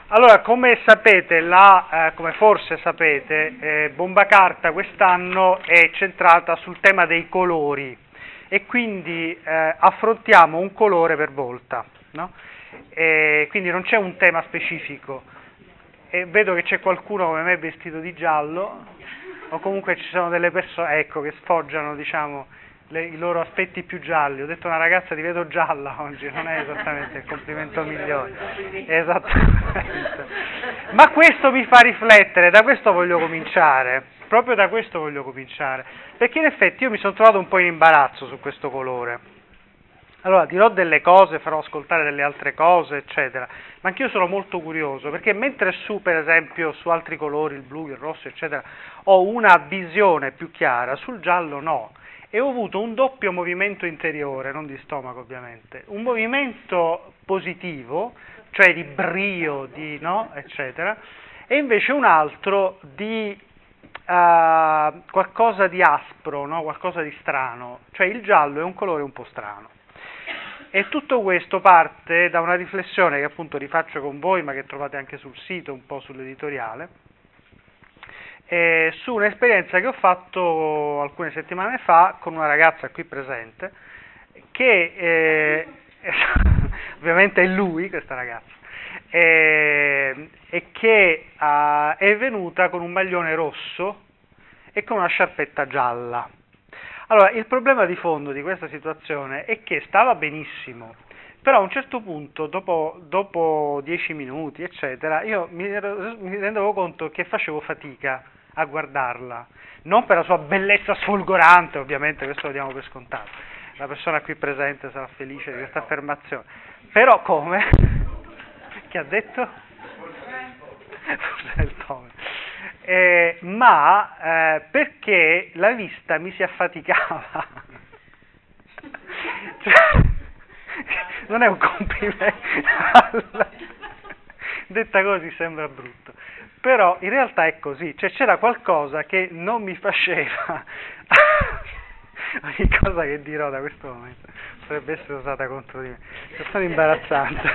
Allora, come sapete, come forse sapete, Bomba Carta quest'anno è centrata sul tema dei colori e quindi affrontiamo un colore per volta, no? Quindi non c'è un tema specifico. E vedo che c'è qualcuno come me vestito di giallo, o comunque ci sono delle persone, ecco, che sfoggiano, diciamo, i loro aspetti più gialli. Ho detto a una ragazza ti vedo gialla oggi, non è esattamente il complimento migliore. Esattamente. Ma questo mi fa riflettere, da questo voglio cominciare, proprio da questo voglio cominciare, perché in effetti io mi sono trovato un po' in imbarazzo su questo colore. Allora, dirò delle cose, farò ascoltare delle altre cose, eccetera, ma anch'io sono molto curioso, perché mentre per esempio, su altri colori, il blu, il rosso, eccetera, ho una visione più chiara, sul giallo no. E ho avuto un doppio movimento interiore, non di stomaco ovviamente, un movimento positivo, cioè di brio, no, eccetera, e invece un altro di qualcosa di aspro, no, qualcosa di strano, cioè il giallo è un colore un po' strano. E tutto questo parte da una riflessione che appunto rifaccio con voi, ma che trovate anche sul sito, un po' sull'editoriale, su un'esperienza che ho fatto alcune settimane fa con una ragazza qui presente, che ovviamente è lui, questa ragazza, e che è venuta con un maglione rosso e con una sciarpetta gialla. Allora, il problema di fondo di questa situazione è che stava benissimo, però a un certo punto, dopo 10 minuti, eccetera, io mi rendevo conto che facevo fatica a guardarla, non per la sua bellezza sfolgorante, ovviamente, questo lo diamo per scontato, la persona qui presente sarà felice di questa affermazione, però come? Che ha detto? Forse il tono. Ma perché la vista mi si affaticava. Cioè, non è un complimento. Detta così sembra brutto, però in realtà è così, cioè c'era qualcosa che non mi faceva. Ogni cosa che dirò da questo momento potrebbe essere usata contro di me. Sono imbarazzante.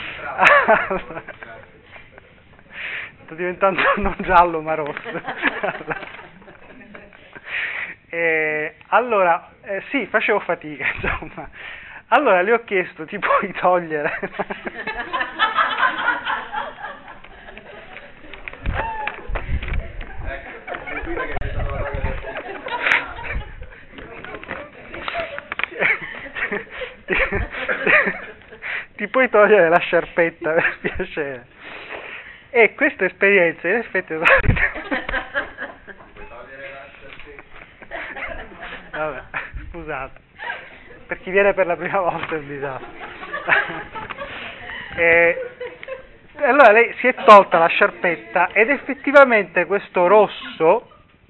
Sto diventando non giallo ma rosso. Allora, sì, facevo fatica, insomma. Allora le ho chiesto, ti puoi togliere? Ti puoi togliere la sciarpetta per piacere? E questa esperienza in effetti puoi togliere la sciarpetta. Vabbè, scusate, per chi viene per la prima volta è un disastro. Allora lei si è tolta la sciarpetta ed effettivamente questo rosso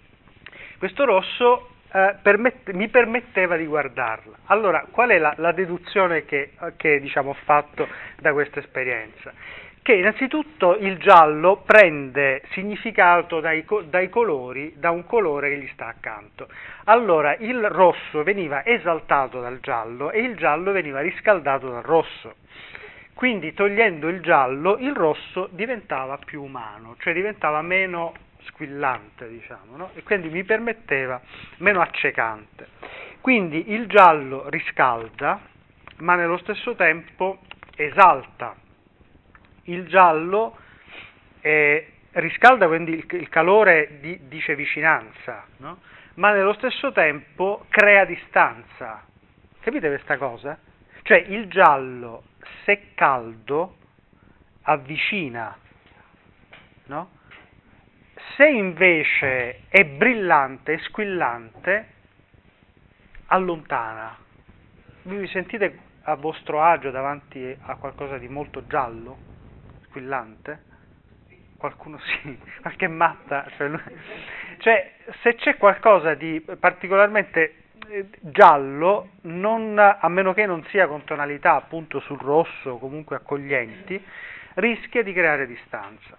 mi permetteva di guardarla. Allora, qual è la deduzione che diciamo, ho fatto da questa esperienza? Che innanzitutto il giallo prende significato dai colori, da un colore che gli sta accanto. Allora, il rosso veniva esaltato dal giallo e il giallo veniva riscaldato dal rosso. Quindi, togliendo il giallo, il rosso diventava più umano, cioè diventava meno squillante, diciamo, no? E quindi mi permetteva meno accecante. Quindi il giallo riscalda, ma nello stesso tempo esalta. Il giallo riscalda, quindi il calore dice vicinanza, no? Ma nello stesso tempo crea distanza. Capite questa cosa? Cioè il giallo, se caldo, avvicina, no? Se invece è brillante e squillante, allontana. Vi sentite a vostro agio davanti a qualcosa di molto giallo, squillante? Qualcuno sì, qualche matta. Cioè se c'è qualcosa di particolarmente giallo, a meno che non sia con tonalità appunto sul rosso, comunque accoglienti, rischia di creare distanza.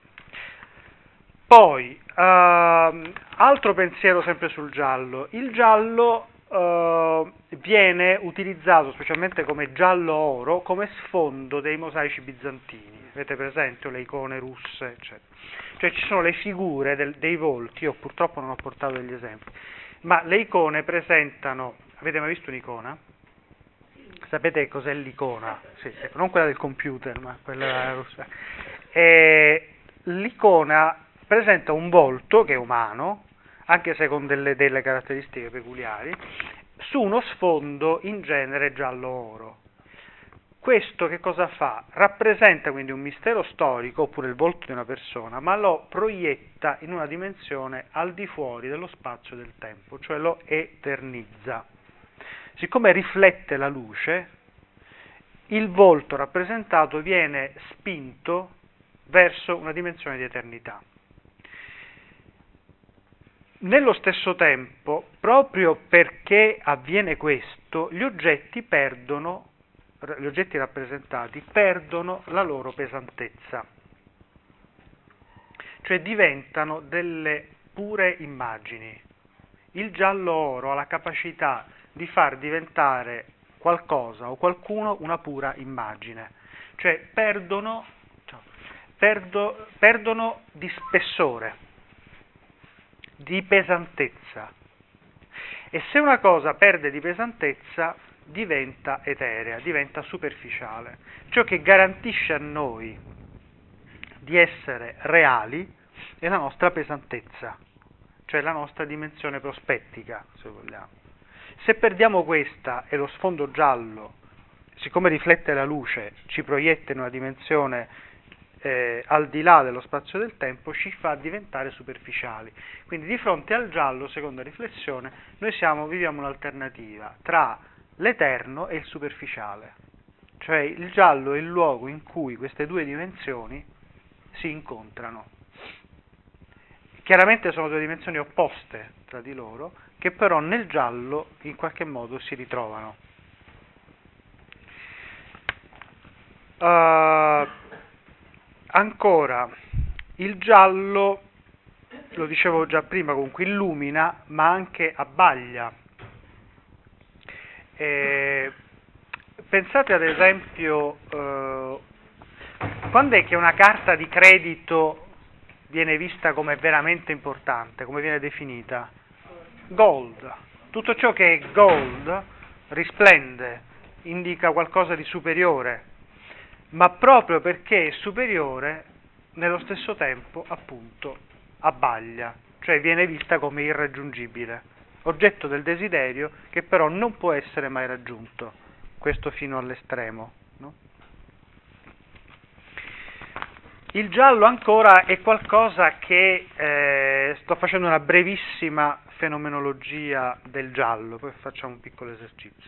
Poi, altro pensiero sempre sul giallo. Il giallo viene utilizzato specialmente come giallo oro come sfondo dei mosaici bizantini. Avete presente le icone russe, eccetera. Cioè ci sono le figure dei volti, io purtroppo non ho portato degli esempi, ma le icone presentano, avete mai visto un'icona? Sapete cos'è l'icona? Sì, ecco, non quella del computer, ma quella russa. L'icona presenta un volto che è umano, anche se con delle caratteristiche peculiari, su uno sfondo in genere giallo-oro. Questo che cosa fa? Rappresenta quindi un mistero storico, oppure il volto di una persona, ma lo proietta in una dimensione al di fuori dello spazio e del tempo, cioè lo eternizza. Siccome riflette la luce, il volto rappresentato viene spinto verso una dimensione di eternità. Nello stesso tempo, proprio perché avviene questo, gli oggetti rappresentati perdono la loro pesantezza, cioè diventano delle pure immagini. Il giallo oro ha la capacità di far diventare qualcosa o qualcuno una pura immagine, cioè perdono di spessore, di pesantezza. E se una cosa perde di pesantezza, diventa eterea, diventa superficiale. Ciò che garantisce a noi di essere reali è la nostra pesantezza, cioè la nostra dimensione prospettica, se vogliamo. Se perdiamo questa e lo sfondo giallo, siccome riflette la luce, ci proietta in una dimensione al di là dello spazio e del tempo, ci fa diventare superficiali. Quindi di fronte al giallo, seconda riflessione, noi viviamo un'alternativa tra l'eterno e il superficiale. Cioè il giallo è il luogo in cui queste due dimensioni si incontrano. Chiaramente sono due dimensioni opposte tra di loro, che però nel giallo in qualche modo si ritrovano. Ancora, il giallo, lo dicevo già prima, comunque illumina, ma anche abbaglia. Pensate ad esempio, quando è che una carta di credito viene vista come veramente importante, come viene definita? Gold. Tutto ciò che è gold risplende, indica qualcosa di superiore, ma proprio perché è superiore, nello stesso tempo, appunto, abbaglia, cioè viene vista come irraggiungibile, oggetto del desiderio che però non può essere mai raggiunto, questo fino all'estremo, no? Il giallo ancora è qualcosa che, sto facendo una brevissima fenomenologia del giallo, poi facciamo un piccolo esercizio.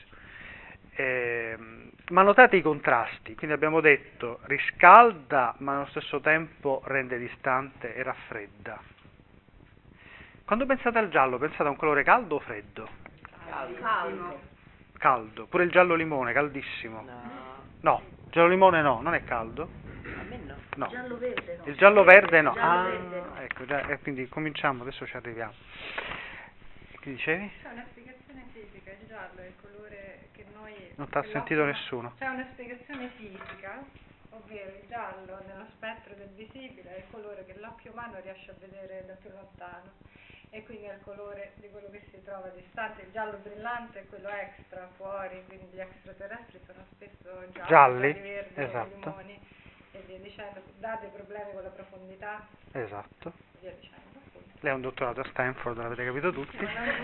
Ma notate i contrasti, quindi abbiamo detto riscalda ma allo stesso tempo rende distante e raffredda. Quando pensate al giallo, pensate a un colore caldo o freddo? Caldo. Caldo, pure il giallo limone, caldissimo. No, il giallo limone no, non è caldo? A me no. No. Il giallo verde no. Il giallo verde no. Verde no. Ecco, quindi cominciamo, adesso ci arriviamo. Che dicevi? C'è una spiegazione fisica, il giallo è il colore che noi... Non ti ha sentito nessuno. C'è una spiegazione fisica, ovvero il giallo nello spettro del visibile è il colore che l'occhio umano riesce a vedere da più lontano e quindi è il colore di quello che si trova distante. Il giallo brillante è quello extra, fuori, quindi gli extraterrestri sono spesso Gialli, verdi, esatto. limoni e via dicendo, dà dei problemi con la profondità Esatto. e via dicendo. Lei è un dottorato a Stanford, l'avete capito tutti.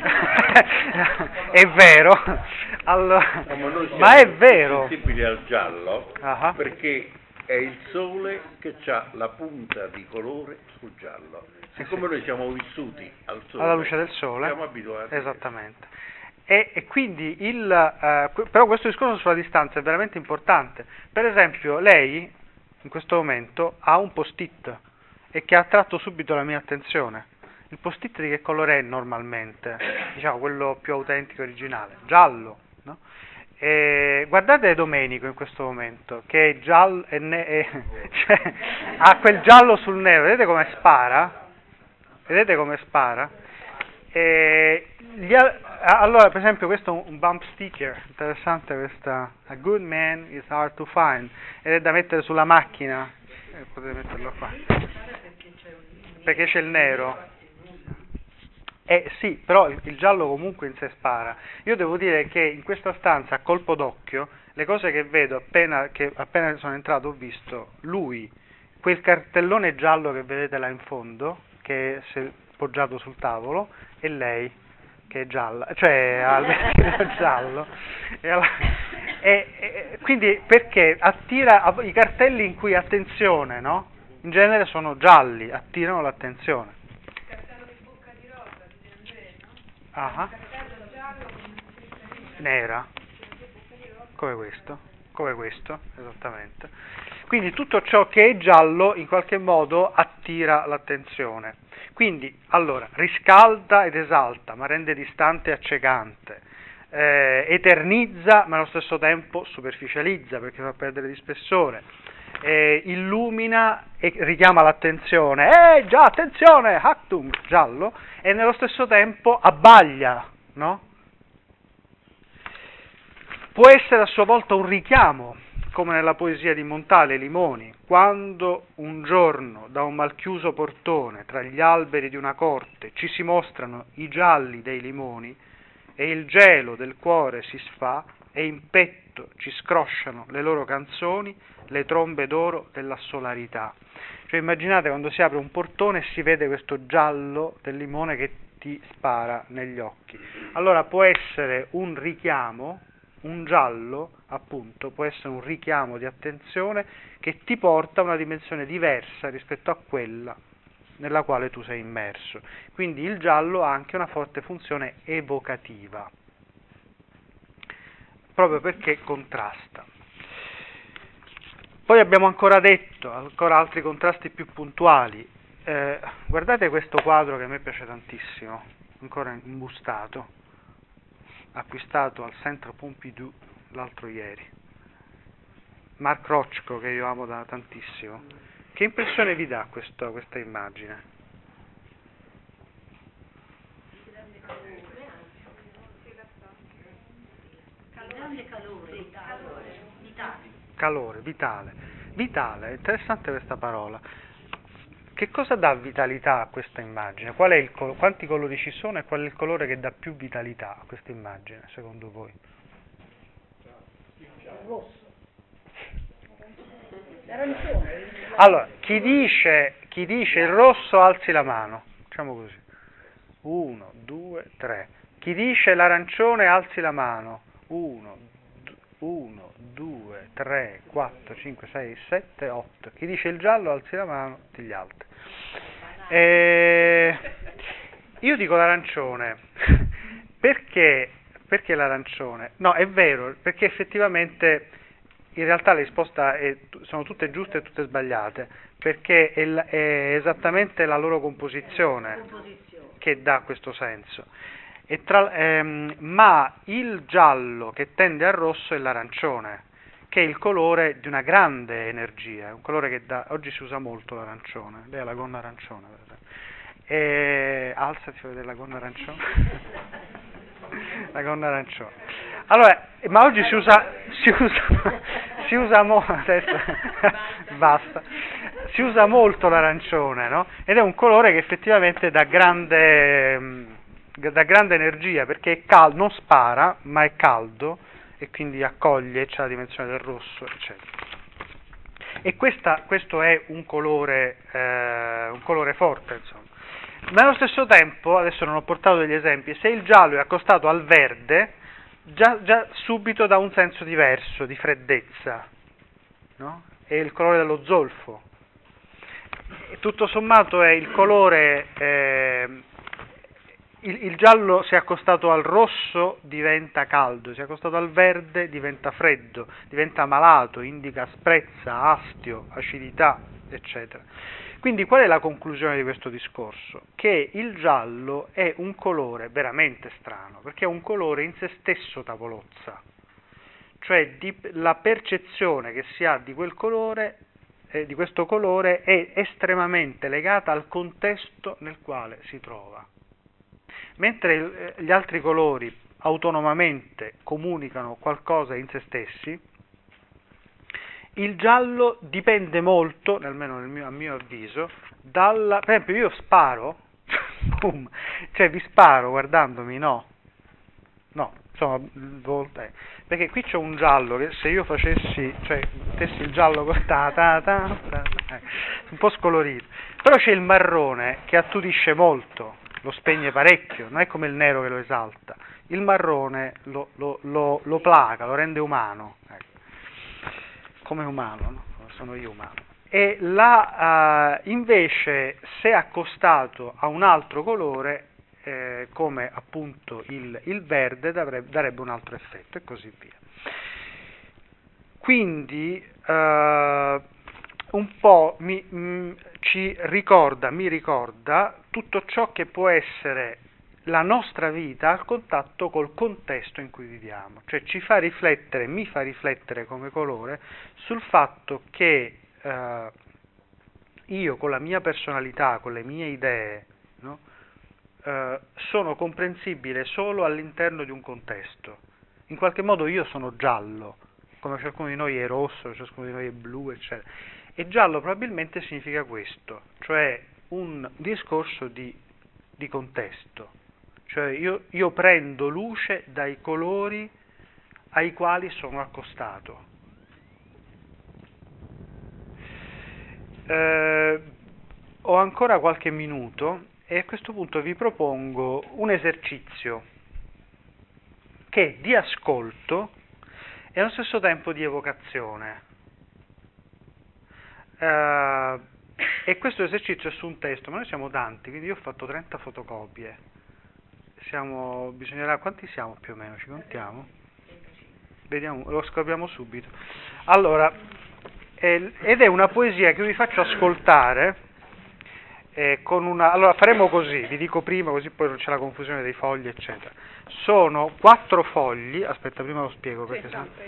È vero. Allora, No, ma è vero. Sensibili al giallo Ah. perché è il sole che ha la punta di colore sul giallo. Siccome noi siamo vissuti al sole, Alla luce del sole. siamo abituati. Esattamente. E quindi però questo discorso sulla distanza è veramente importante. Per esempio, lei in questo momento ha un post-it e che ha attratto subito la mia attenzione. Il post-it di che colore è normalmente? Diciamo quello più autentico e originale, giallo, no? Guardate Domenico in questo momento, che è giallo, cioè, ha quel giallo sul nero, vedete come spara? Vedete come spara? allora, per esempio, questo è un bump sticker, interessante questa, a good man is hard to find, ed è da mettere sulla macchina, potete metterlo qua, perché c'è il nero. Sì, però il giallo comunque in sé spara. Io devo dire che in questa stanza, a colpo d'occhio, le cose che vedo appena sono entrato, ho visto lui, quel cartellone giallo che vedete là in fondo, che è poggiato sul tavolo, e lei, che è gialla, cioè ha il vestito giallo. Quindi perché attira i cartelli in cui attenzione, no? In genere sono gialli, attirano l'attenzione. Ah, nera, come questo, esattamente. Quindi tutto ciò che è giallo in qualche modo attira l'attenzione. Quindi, allora, riscalda ed esalta, ma rende distante e accecante, eternizza, ma allo stesso tempo superficializza perché fa perdere di spessore, illumina e richiama l'attenzione, già, attenzione, Achtung, giallo, e nello stesso tempo abbaglia, no? Può essere a sua volta un richiamo, come nella poesia di Montale, Limoni, quando un giorno da un malchiuso portone tra gli alberi di una corte ci si mostrano i gialli dei limoni e il gelo del cuore si sfà e in petto ci scrosciano le loro canzoni, le trombe d'oro della solarità. Cioè immaginate quando si apre un portone e si vede questo giallo del limone che ti spara negli occhi. Allora può essere un richiamo, un giallo appunto, può essere un richiamo di attenzione che ti porta a una dimensione diversa rispetto a quella nella quale tu sei immerso. Quindi il giallo ha anche una forte funzione evocativa, proprio perché contrasta. Poi abbiamo ancora altri contrasti più puntuali. Guardate questo quadro che a me piace tantissimo, ancora imbustato, acquistato al Centre Pompidou l'altro ieri. Mark Rothko, che io amo da tantissimo. Che impressione vi dà questa immagine? Calore, vitale, è interessante questa parola. Che cosa dà vitalità a questa immagine? Quanti colori ci sono e qual è il colore che dà più vitalità a questa immagine, secondo voi? Rosso. L'arancione. Allora, chi dice il rosso alzi la mano, diciamo così. 1, 2, 3. Chi dice l'arancione alzi la mano. 1, 2, 3, 4, 5, 6, 7, 8. Chi dice il giallo alzi la mano, tutti gli altri. Io dico l'arancione. Perché l'arancione? No, è vero, perché effettivamente in realtà le risposte sono tutte giuste e tutte sbagliate, perché è esattamente la loro composizione che dà questo senso. Ma il giallo che tende al rosso è l'arancione, che è il colore di una grande energia, è un colore che oggi si usa molto l'arancione, lei ha la gonna arancione, alzati a vedere la gonna arancione. La gonna arancione. Allora, ma oggi si usa molto, basta, si usa molto l'arancione, no? Ed è un colore che effettivamente dà grande energia, perché è non spara, ma è caldo e quindi accoglie, c'ha la dimensione del rosso, eccetera. E questo è un colore forte, insomma. Ma allo stesso tempo, adesso non ho portato degli esempi, se il giallo è accostato al verde, già subito dà un senso diverso, di freddezza, no? È il colore dello zolfo. E tutto sommato è il colore, il giallo se è accostato al rosso diventa caldo, se è accostato al verde diventa freddo, diventa malato, indica asprezza, astio, acidità, eccetera. Quindi qual è la conclusione di questo discorso? Che il giallo è un colore veramente strano, perché è un colore in se stesso tavolozza, cioè la percezione che si ha di quel colore, di questo colore, è estremamente legata al contesto nel quale si trova. mentre gli altri colori autonomamente comunicano qualcosa in se stessi, il giallo dipende molto, almeno a mio avviso, per esempio io sparo, boom, cioè vi sparo guardandomi, no, insomma, perché qui c'è un giallo che se io facessi, cioè mettessi il giallo con un po' scolorito, però c'è il marrone che attutisce molto, lo spegne parecchio, non è come il nero che lo esalta, il marrone lo placa, lo rende umano, ecco. Come umano, no? Sono io umano. E invece se accostato a un altro colore, come appunto il verde, darebbe un altro effetto e così via. Quindi un po' mi ricorda tutto ciò che può essere la nostra vita al contatto col contesto in cui viviamo, cioè mi fa riflettere come colore sul fatto che io con la mia personalità, con le mie idee, no, sono comprensibile solo all'interno di un contesto. In qualche modo io sono giallo, come ciascuno di noi è rosso, ciascuno di noi è blu, eccetera. E giallo probabilmente significa questo, cioè un discorso di contesto. Cioè io prendo luce dai colori ai quali sono accostato. Ho ancora qualche minuto e a questo punto vi propongo un esercizio che è di ascolto e allo stesso tempo di evocazione. E questo esercizio è su un testo, ma noi siamo tanti, quindi io ho fatto 30 fotocopie. Bisognerà, quanti siamo più o meno? Ci contiamo? Vediamo, lo scopriamo subito. Allora, ed è una poesia che vi faccio ascoltare allora faremo così, vi dico prima così poi non c'è la confusione dei fogli eccetera. Sono 4 fogli, aspetta prima lo spiego perché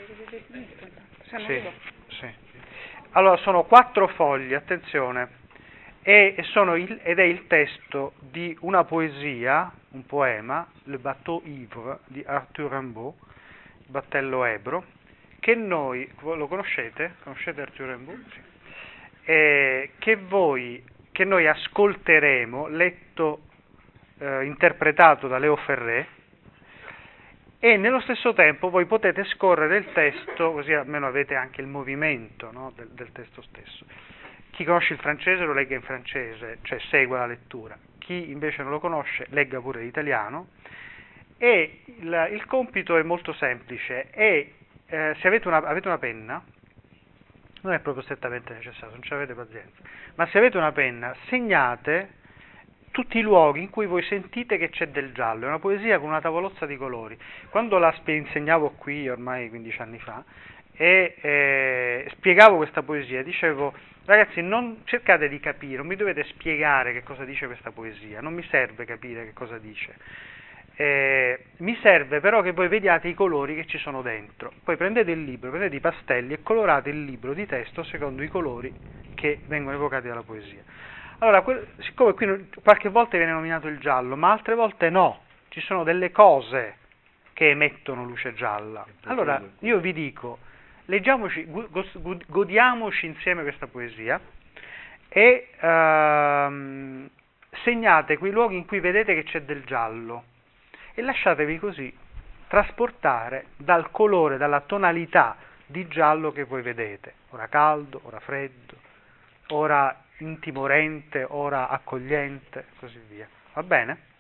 sì. Allora sono 4 fogli, attenzione, ed è il testo di una poesia, un poema, Le Bateau Ivre di Arthur Rimbaud, Battello Ebro, che noi, lo conoscete? Conoscete Arthur Rimbaud? Sì. Che noi ascolteremo, letto, interpretato da Leo Ferré, e nello stesso tempo voi potete scorrere il testo, così almeno avete anche il movimento, no, del testo stesso. Chi conosce il francese lo legga in francese, cioè segua la lettura. Chi invece non lo conosce legga pure l'italiano. E il compito è molto semplice e se avete una penna, non è proprio strettamente necessario, non ci avete pazienza, ma se avete una penna segnate tutti i luoghi in cui voi sentite che c'è del giallo. È una poesia con una tavolozza di colori. Quando la insegnavo qui ormai 15 anni fa e spiegavo questa poesia, dicevo: ragazzi, non cercate di capire, non mi dovete spiegare che cosa dice questa poesia, non mi serve capire che cosa dice. Mi serve però che voi vediate i colori che ci sono dentro. Poi prendete il libro, prendete i pastelli e colorate il libro di testo secondo i colori che vengono evocati dalla poesia. Allora, siccome qui qualche volta viene nominato il giallo, ma altre volte no, ci sono delle cose che emettono luce gialla. Allora, io vi dico, leggiamoci, godiamoci insieme questa poesia e segnate quei luoghi in cui vedete che c'è del giallo e lasciatevi così trasportare dal colore, dalla tonalità di giallo che voi vedete, ora caldo, ora freddo, ora intimorente, ora accogliente, così via. Va bene?